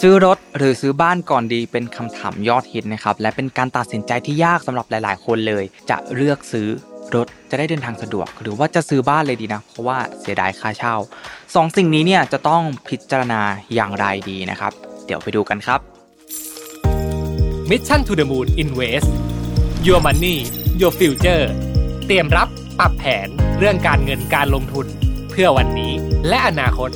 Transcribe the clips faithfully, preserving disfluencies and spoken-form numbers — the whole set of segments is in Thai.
ซื้อรถหรือซื้อบ้านก่อนดีเป็นคำถามยอดฮิตนะครับและเป็นการตัดสินใจที่ยากสำหรับหลายๆคนเลยจะเลือกซื้อรถจะได้เดินทางสะดวกหรือว่าจะซื้อบ้านเลยดีนะเพราะว่าเสียดายค่าเช่าสองสิ่งนี้เนี่ยจะต้องพิจารณาอย่างไรดีนะครับเดี๋ยวไปดูกันครับ Mission to the Moon Invest Your Money Your Future เตรียมรับปรับแผนเรื่องการเงินการลงทุนเพื่อวันนี้และอนาคต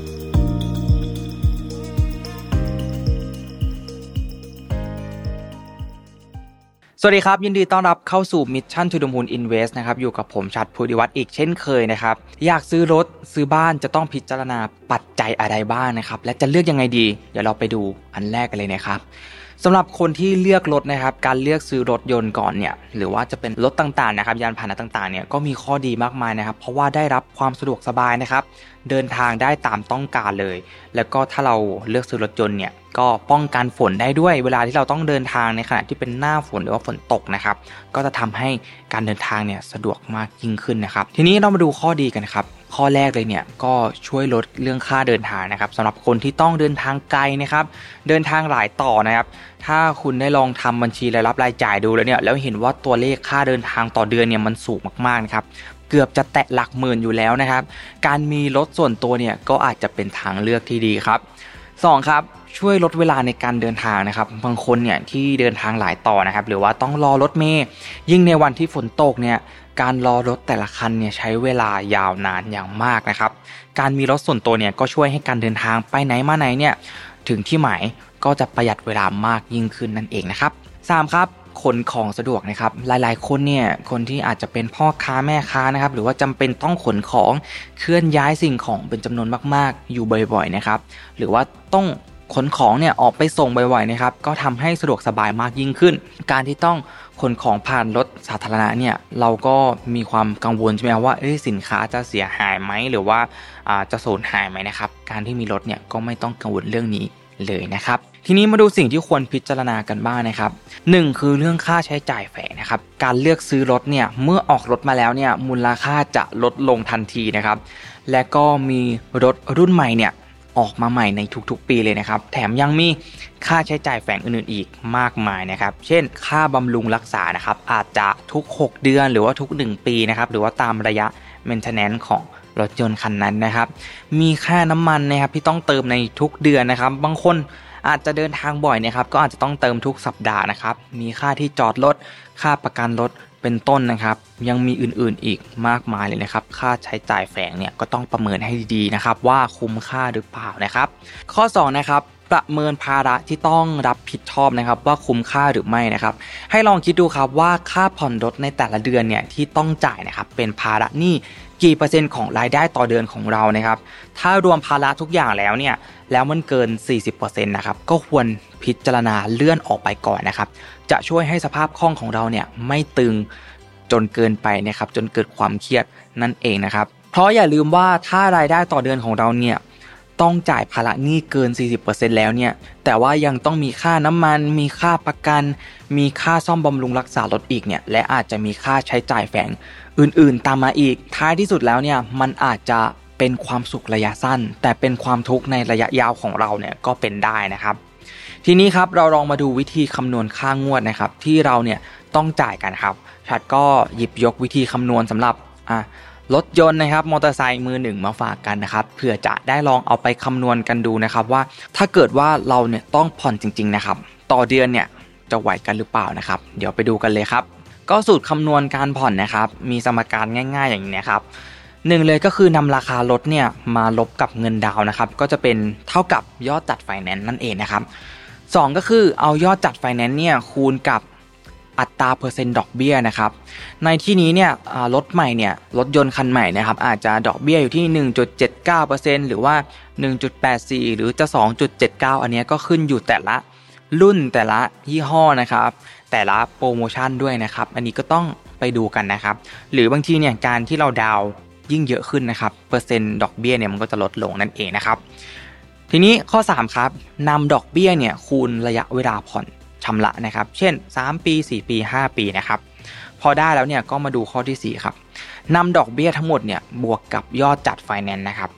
สวัสดีครับยินดีต้อนรับเข้าสู่ Mission to the Moon Invest นะครับอยู่กับผมชัดภูริวัฒน์อีกเช่นเคยนะครับอยากซื้อรถซื้อบ้านจะต้องพิจารณาปัจจัยอะไรบ้าง น, นะครับและจะเลือกยังไงดีเดี๋ยวเราไปดูอันแรกกันเลยนะครับสำหรับคนที่เลือกรถนะครับการเลือกซื้อรถยนต์ก่อนเนี่ยหรือว่าจะเป็นรถต่างๆนะครับยานพาหนะต่างๆเนี่ยก็มีข้อดีมากมายนะครับเพราะว่าได้รับความสะดวกสบายนะครับเดินทางได้ตามต้องการเลยแล้วก็ถ้าเราเลือกซื้อรถยนต์เนี่ยก็ป้องกันฝนได้ด้วยเวลาที่เราต้องเดินทางในขณะที่เป็นหน้าฝนหรือว่าฝนตกนะครับก็จะทำให้การเดินทางเนี่ยสะดวกมากยิ่งขึ้นนะครับทีนี้เรามาดูข้อดีกันครับข้อแรกเลยเนี่ยก็ช่วยลดเรื่องค่าเดินทางนะครับสำหรับคนที่ต้องเดินทางไกลนะครับเดินทางหลายต่อนะครับถ้าคุณได้ลองทำบัญชีรายรับรายจ่ายดูแล้วเนี่ยแล้วเห็นว่าตัวเลขค่าเดินทางต่อเดือนเนี่ยมันสูงมากๆนะครับเกือบจะแตะหลักหมื่นอยู่แล้วนะครับการมีรถส่วนตัวเนี่ยก็อาจจะเป็นทางเลือกที่ดีครับสองครับช่วยลดเวลาในการเดินทางนะครับบางคนเนี่ยที่เดินทางหลายต่อนะครับหรือว่าต้องรอรถเมล์ยิ่งในวันที่ฝนตกเนี่ยการรอรถแต่ละคันเนี่ยใช้เวลายาวนานอย่างมากนะครับการมีรถส่วนตัวเนี่ยก็ช่วยให้การเดินทางไปไหนมาไหนเนี่ยถึงที่หมายก็จะประหยัดเวลามากยิ่งขึ้นนั่นเองนะครับสามครับขนของสะดวกนะครับหลายๆคนเนี่ยคนที่อาจจะเป็นพ่อค้าแม่ค้านะครับหรือว่าจำเป็นต้องขนของเคลื่อนย้ายสิ่งของเป็นจำนวนมากๆอยู่บ่อยๆนะครับหรือว่าต้องขนของเนี่ยออกไปส่งบ่อยๆนะครับก็ทำให้สะดวกสบายมากยิ่งขึ้นการที่ต้องขนของผ่านรถสาธารณะเนี่ยเราก็มีความกังวลใช่ไหมว่าเอ้ยสินค้าจะเสียหายไหมหรือว่าอ่าจะสูญหายไหมนะครับการที่มีรถเนี่ยก็ไม่ต้องกังวลเรื่องนี้เลยนะครับทีนี้มาดูสิ่งที่ควรพิจารณากันบ้างนะครับหนึ่งคือเรื่องค่าใช้จ่ายแฝงนะครับการเลือกซื้อรถเนี่ยเมื่อออกรถมาแล้วเนี่ยมูลค่าจะลดลงทันทีนะครับและก็มีรถรุ่นใหม่เนี่ยออกมาใหม่ในทุกๆปีเลยนะครับแถมยังมีค่าใช้จ่ายแฝงอื่นๆอีกมากมายนะครับเช่นค่าบำรุงรักษานะครับอาจจะทุกหกเดือนหรือว่าทุกหนึ่งปีนะครับหรือว่าตามระยะ maintenance ของรถยนต์คันนั้นนะครับมีค่าน้ำมันนะครับที่ต้องเติมในทุกเดือนนะครับบางคนอาจจะเดินทางบ่อยนะครับก็อาจจะต้องเติมทุกสัปดาห์นะครับมีค่าที่จอดรถค่าประกันรถเป็นต้นนะครับยังมีอื่นๆอีกมากมายเลยนะครับค่าใช้จ่ายแฝงเนี่ยก็ต้องประเมินให้ดีๆนะครับว่าคุ้มค่าหรือเปล่านะครับข้อสองนะครับประเมินภาระที่ต้องรับผิดชอบนะครับว่าคุ้มค่าหรือไม่นะครับให้ลองคิดดูครับว่าค่าผ่อนรถในแต่ละเดือนเนี่ยที่ต้องจ่ายนะครับเป็นภาระหนี้กี่เปอร์เซ็นต์ของรายได้ต่อเดือนของเรานะครับถ้ารวมภาระทุกอย่างแล้วเนี่ยแล้วมันเกิน สี่สิบเปอร์เซ็นต์ นะครับก็ควรพิจารณาเลื่อนออกไปก่อนนะครับจะช่วยให้สภาพคล่องของเราเนี่ยไม่ตึงจนเกินไปนะครับจนเกิดความเครียดนั่นเองนะครับเพราะอย่าลืมว่าถ้ารายได้ต่อเดือนของเราเนี่ยต้องจ่ายภาระหนี้เกิน สี่สิบเปอร์เซ็นต์ แล้วเนี่ยแต่ว่ายังต้องมีค่าน้ำมันมีค่าประกันมีค่าซ่อมบำรุงรักษารถอีกเนี่ยและอาจจะมีค่าใช้จ่ายแฝงอื่นๆตามมาอีกท้ายที่สุดแล้วเนี่ยมันอาจจะเป็นความสุขระยะสั้นแต่เป็นความทุกข์ในระยะยาวของเราเนี่ยก็เป็นได้นะครับทีนี้ครับเราลองมาดูวิธีคำนวณค่างวดนะครับที่เราเนี่ยต้องจ่ายกันครับชัดก็หยิบยกวิธีคำนวณสำหรับอ่ะรถยนต์นะครับมอเตอร์ไซค์มือหนึ่งมาฝากกันนะครับเพื่อจะได้ลองเอาไปคำนวณกันดูนะครับว่าถ้าเกิดว่าเราเนี่ยต้องผ่อนจริงๆนะครับต่อเดือนเนี่ยจะไหวกันหรือเปล่านะครับเดี๋ยวไปดูกันเลยครับก็สูตรคำนวณการผ่อนนะครับมีสมการง่ายๆอย่างนี้นะครับหนึ่งเลยก็คือนำราคารถเนี่ยมาลบกับเงินดาวน์นะครับก็จะเป็นเท่ากับยอดจัดไฟแนนซ์นั่นเองนะครับสองก็คือเอายอดจัดไฟแนนซ์เนี่ยคูณกับอัตราเปอร์เซ็นต์ดอกเบี้ยนะครับในที่นี้เนี่ยรถใหม่เนี่ยรถยนต์คันใหม่นะครับอาจจะดอกเบี้ยอยู่ที่ หนึ่งจุดเจ็ดเก้าเปอร์เซ็นต์ หรือว่า หนึ่งจุดแปดสี่ หรือจะ สองจุดเจ็ดเก้า อันนี้ก็ขึ้นอยู่แต่ละรุ่นแต่ละยี่ห้อนะครับแต่ละโปรโมชั่นด้วยนะครับอันนี้ก็ต้องไปดูกันนะครับหรือบางทีเนี่ยการที่เราดาวยิ่งเยอะขึ้นนะครับเปอร์เซ็นต์ดอกเบี้ยเนี่ยมันก็จะลดลงนั่นเองนะครับทีนี้ข้อสามครับนำดอกเบี้ยเนี่ยคูณระยะเวลาผ่อนชำระนะครับเช่นสามปีสี่ปีห้าปีนะครับพอได้แล้วเนี่ยก็มาดูข้อที่สี่ครับนำดอกเบี้ยทั้งหมดเนี่ยบวกกับยอดจัดไฟแนนซ์นะครับห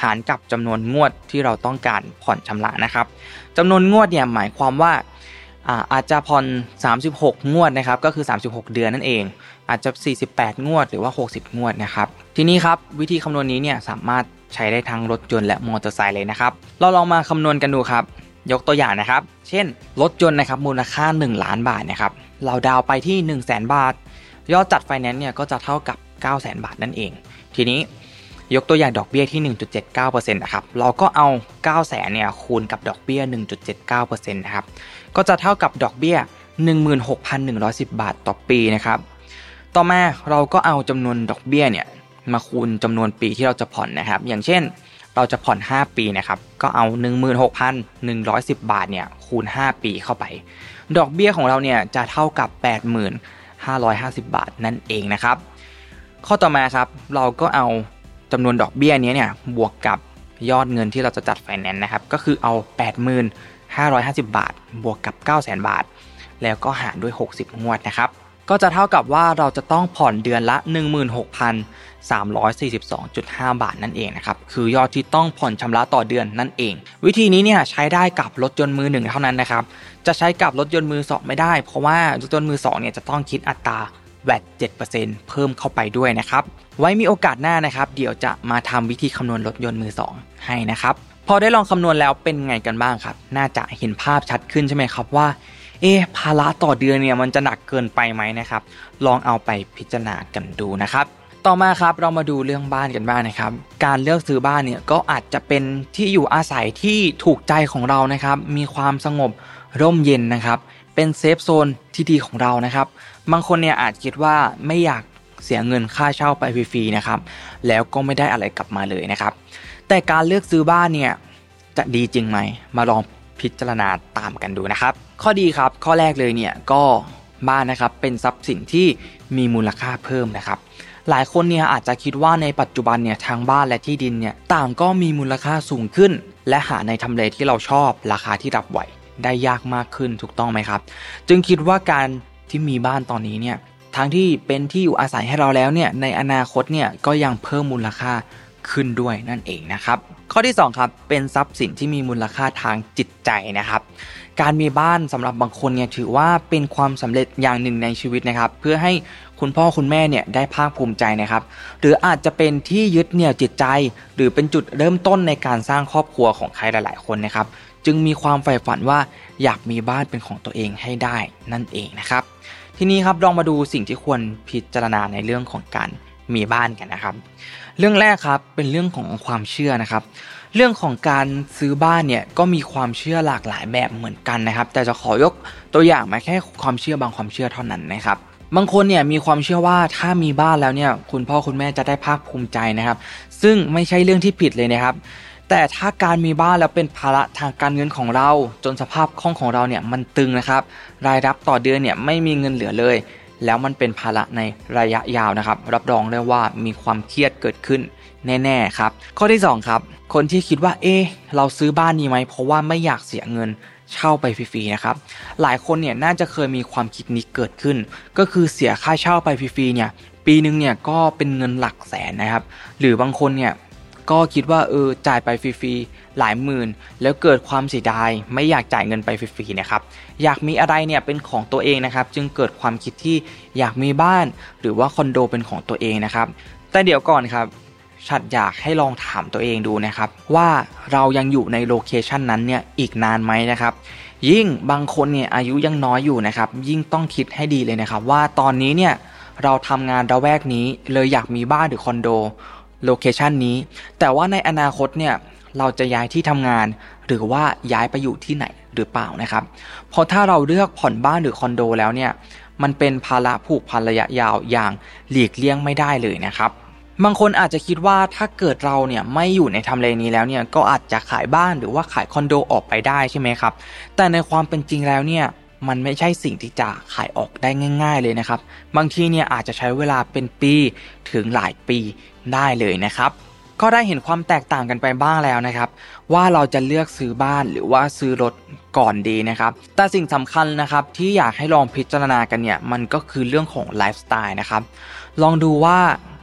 หารกับจำนวนงวดที่เราต้องการผ่อนชำระนะครับจำนวนงวดเนี่ยหมายความว่าอ่าอาจจะผ่อนสามสิบหกงวดนะครับก็คือสามสิบหกเดือนนั่นเองอาจจะสี่สิบแปดงวดหรือว่าหกสิบงวดนะครับทีนี้ครับวิธีคำนวณนี้เนี่ยสามารถใช้ได้ทั้งรถยนต์และมอเตอร์ไซค์เลยนะครับเราลองมาคำนวณกันดูครับยกตัวอย่างนะครับเช่นรถยนต์นะครับมูลค่าหนึ่งล้านบาทนะครับเราดาวไปที่ หนึ่งแสน บาทยอดจัดไฟแนนซ์เนี่ยก็จะเท่ากับ เก้าแสน บาทนั่นเองทีนี้ยกตัวอย่างดอกเบี้ยที่ หนึ่งจุดเจ็ดเก้าเปอร์เซ็นต์ นะครับเราก็เอา เก้าแสน เนี่ยคูณกับดอกเบี้ย หนึ่งจุดเจ็ดเก้าเปอร์เซ็นต์ นะครับก็จะเท่ากับดอกเบี้ย หนึ่งหมื่นหกพันหนึ่งร้อยสิบ บาทต่อปีนะครับต่อมาเราก็เอาจำนวนดอกเบี้ยเนี่ยมาคูณจำนวนปีที่เราจะผ่อนนะครับอย่างเช่นเราจะผ่อนห้าปีนะครับก็เอา หนึ่งหมื่นหกพันหนึ่งร้อยสิบ บาทเนี่ยคูณห้าปีเข้าไปดอกเบี้ยของเราเนี่ยจะเท่ากับ แปดหมื่นห้าร้อยห้าสิบ บาทนั่นเองนะครับข้อต่อมาครับเราก็เอาจำนวนดอกเบี้ยนี้เนี่ยบวกกับยอดเงินที่เราจะจัดไฟแนนซ์นะครับก็คือเอา แปดหมื่นห้าร้อยห้าสิบ บาทบวกกับ เก้าแสน บาทแล้วก็หารด้วยหกสิบงวดนะครับก็จะเท่ากับว่าเราจะต้องผ่อนเดือนละ หนึ่งหมื่นหกพันสามร้อยสี่สิบสองจุดห้า บาทนั่นเองนะครับคือยอดที่ต้องผ่อนชำระต่อเดือนนั่นเองวิธีนี้เนี่ยใช้ได้กับรถยนต์มือหนึ่งเท่านั้นนะครับจะใช้กับรถยนต์มือสองไม่ได้เพราะว่ารถยนต์มือสองเนี่ยจะต้องคิดอัตรา แวต เจ็ดเปอร์เซ็นต์ เพิ่มเข้าไปด้วยนะครับไว้มีโอกาสหน้านะครับเดี๋ยวจะมาทำวิธีคำนวณรถยนต์มือสองให้นะครับพอได้ลองคำนวณแล้วเป็นไงกันบ้างครับน่าจะเห็นภาพชัดขึ้นใช่ไหมครับว่าเอ๊ะภาระต่อเดือนเนี่ยมันจะหนักเกินไปไหมนะครับลองเอาไปพิจารณากันดูนะครับต่อมาครับเรามาดูเรื่องบ้านกันบ้างนะครับการเลือกซื้อบ้านเนี่ยก็อาจจะเป็นที่อยู่อาศัยที่ถูกใจของเรานะครับมีความสงบร่มเย็นนะครับเป็นเซฟโซนที่ดีของเรานะครับบางคนเนี่ยอาจคิดว่าไม่อยากเสียเงินค่าเช่าไปฟรีๆนะครับแล้วก็ไม่ได้อะไรกลับมาเลยนะครับแต่การเลือกซื้อบ้านเนี่ยจะดีจริงไหมมาลองพิจารณาตามกันดูนะครับข้อดีครับข้อแรกเลยเนี่ยก็บ้านนะครับเป็นทรัพย์สินที่มีมูลค่าเพิ่มนะครับหลายคนเนี่ยอาจจะคิดว่าในปัจจุบันเนี่ยทางบ้านและที่ดินเนี่ยต่างก็มีมูลค่าสูงขึ้นและหาในทำเลที่เราชอบราคาที่รับไหวได้ยากมากขึ้นถูกต้องไหมครับจึงคิดว่าการที่มีบ้านตอนนี้เนี่ยทั้งที่เป็นที่อยู่อาศัยให้เราแล้วเนี่ยในอนาคตเนี่ยก็ยังเพิ่มมูลค่าขึ้นด้วยนั่นเองนะครับข้อที่สองครับเป็นทรัพย์สินที่มีมูลค่าทางจิตใจนะครับการมีบ้านสำหรับบางคนเนี่ยถือว่าเป็นความสำเร็จอย่างหนึ่งในชีวิตนะครับเพื่อให้คุณพ่อคุณแม่เนี่ยได้ภาคภูมิใจนะครับหรืออาจจะเป็นที่ยึดเหนี่ยวจิตใจหรือเป็นจุดเริ่มต้นในการสร้างครอบครัวของใครหลายๆคนนะครับจึงมีความใฝ่ฝันว่าอยากมีบ้านเป็นของตัวเองให้ได้นั่นเองนะครับทีนี้ครับลองมาดูสิ่งที่ควรพิจารณาในเรื่องของการมีบ้านกันนะครับเรื่องแรกครับเป็นเรื่องของความเชื่อนะครับเรื่องของการซื้อบ้านเนี่ยก็มีความเชื่อหลากหลายแบบเหมือนกันนะครับแต่จะขอยกตัวอย่างมาแค่ความเชื่อบางความเชื่อเท่านั้นนะครับบางคนเนี่ยมีความเชื่อว่าถ้ามีบ้านแล้วเนี่ยคุณพ่อคุณแม่จะได้ภาคภูมิใจนะครับซึ่งไม่ใช่เรื่องที่ผิดเลยนะครับแต่ถ้าการมีบ้านแล้วเป็นภาระทางการเงินของเราจนสภาพคล่องของเราเนี่ยมันตึงนะครับรายรับต่อเดือนเนี่ยไม่มีเงินเหลือเลยแล้วมันเป็นภาระในระยะยาวนะครับรับรองได้ว่ามีความเครียดเกิดขึ้นแน่ๆครับข้อที่สองครับคนที่คิดว่าเอ๊ะเราซื้อบ้านนี้ไหมเพราะว่าไม่อยากเสียเงินเช่าไปฟรีๆนะครับหลายคนเนี่ยน่าจะเคยมีความคิดนี้เกิดขึ้นก็คือเสียค่าเช่าไปฟรีๆเนี่ยปีนึงเนี่ยก็เป็นเงินหลักแสนนะครับหรือบางคนเนี่ยก็คิดว่าเออจ่ายไปฟรีๆหลายหมื่นแล้วเกิดความเสียดายไม่อยากจ่ายเงินไปฟรีๆนะครับอยากมีอะไรเนี่ยเป็นของตัวเองนะครับจึงเกิดความคิดที่อยากมีบ้านหรือว่าคอนโดเป็นของตัวเองนะครับแต่เดี๋ยวก่อนครับฉันอยากให้ลองถามตัวเองดูนะครับว่าเรายังอยู่ในโลเคชันนั้นเนี่ยอีกนานไหมนะครับยิ่งบางคนเนี่ยอายุยังน้อยอยู่นะครับยิ่งต้องคิดให้ดีเลยนะครับว่าตอนนี้เนี่ยเราทำงานระแวกนี้เลยอยากมีบ้านหรือคอนโดโลเคชันนี้แต่ว่าในอนาคตเนี่ยเราจะย้ายที่ทำงานหรือว่าย้ายไปอยู่ที่ไหนหรือเปล่านะครับเพราะถ้าเราเลือกผ่อนบ้านหรือคอนโดแล้วเนี่ยมันเป็นภาระผูกพันระยะยาวอย่างหลีกเลี่ยงไม่ได้เลยนะครับบางคนอาจจะคิดว่าถ้าเกิดเราเนี่ยไม่อยู่ในทำเลนี้แล้วเนี่ยก็อาจจะขายบ้านหรือว่าขายคอนโดออกไปได้ใช่ไหมครับแต่ในความเป็นจริงแล้วเนี่ยมันไม่ใช่สิ่งที่จะขายออกได้ง่ายๆเลยนะครับบางทีเนี่ยอาจจะใช้เวลาเป็นปีถึงหลายปีได้เลยนะครับก็ได้เห็นความแตกต่างกันไปบ้างแล้วนะครับว่าเราจะเลือกซื้อบ้านหรือว่าซื้อรถก่อนดีนะครับแต่สิ่งสำคัญนะครับที่อยากให้ลองพิจารณากันเนี่ยมันก็คือเรื่องของไลฟ์สไตล์นะครับลองดูว่า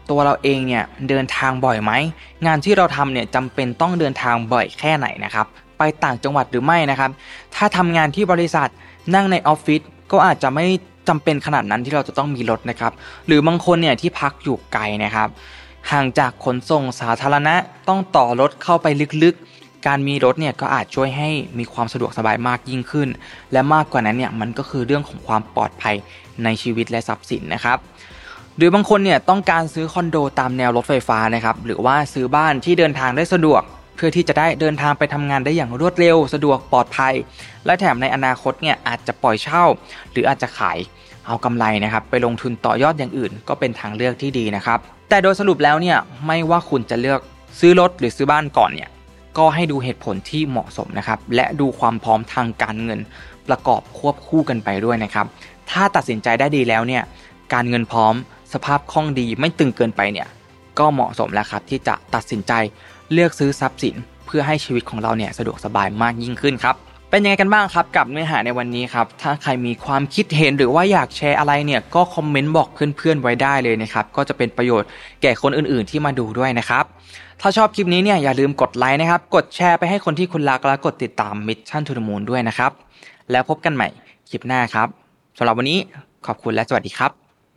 ตัวเราเองเนี่ยเดินทางบ่อยไหมงานที่เราทำเนี่ยจำเป็นต้องเดินทางบ่อยแค่ไหนนะครับไปต่างจังหวัดหรือไม่นะครับถ้าทำงานที่บริษัทนั่งในออฟฟิศก็อาจจะไม่จำเป็นขนาดนั้นที่เราจะต้องมีรถนะครับหรือบางคนเนี่ยที่พักอยู่ไกลนะครับห่างจากขนส่งสาธารณะต้องต่อรถเข้าไปลึกๆการมีรถเนี่ยก็อาจช่วยให้มีความสะดวกสบายมากยิ่งขึ้นและมากกว่านั้นเนี่ยมันก็คือเรื่องของความปลอดภัยในชีวิตและทรัพย์สินนะครับหรือบางคนเนี่ยต้องการซื้อคอนโดตามแนวรถไฟฟ้านะครับหรือว่าซื้อบ้านที่เดินทางได้สะดวกเพื่อที่จะได้เดินทางไปทำงานได้อย่างรวดเร็วสะดวกปลอดภัยและแถมในอนาคตเนี่ยอาจจะปล่อยเช่าหรืออาจจะขายเอากำไรนะครับไปลงทุนต่อยอดอย่างอื่นก็เป็นทางเลือกที่ดีนะครับแต่โดยสรุปแล้วเนี่ยไม่ว่าคุณจะเลือกซื้อรถหรือซื้อบ้านก่อนเนี่ยก็ให้ดูเหตุผลที่เหมาะสมนะครับและดูความพร้อมทางการเงินประกอบควบคู่กันไปด้วยนะครับถ้าตัดสินใจได้ดีแล้วเนี่ยการเงินพร้อมสภาพคล่องดีไม่ตึงเกินไปเนี่ยก็เหมาะสมแล้วครับที่จะตัดสินใจเลือกซื้อทรัพย์สินเพื่อให้ชีวิตของเราเนี่ยสะดวกสบายมากยิ่งขึ้นครับเป็นยังไงกันบ้างครับกับเนื้อหาในวันนี้ครับถ้าใครมีความคิดเห็นหรือว่าอยากแชร์อะไรเนี่ยก็คอมเมนต์บอกเพื่อนๆไว้ได้เลยนะครับก็จะเป็นประโยชน์แก่คนอื่นๆที่มาดูด้วยนะครับถ้าชอบคลิปนี้เนี่ยอย่าลืมกดไลค์นะครับกดแชร์ไปให้คนที่คุณรักและกดติดตาม Mission to the Moon ด้วยนะครับแล้วพบกันใหม่คลิปหน้าครับสำหรับวันนี้ขอบคุณและสวัสดีครับ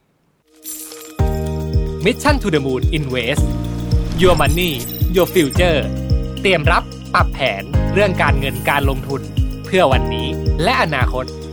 Mission to the Moon Invest Your Money Your Future เตรียมรับปรับแผนเรื่องการเงินการลงทุนเพื่อวันนี้และอนาคต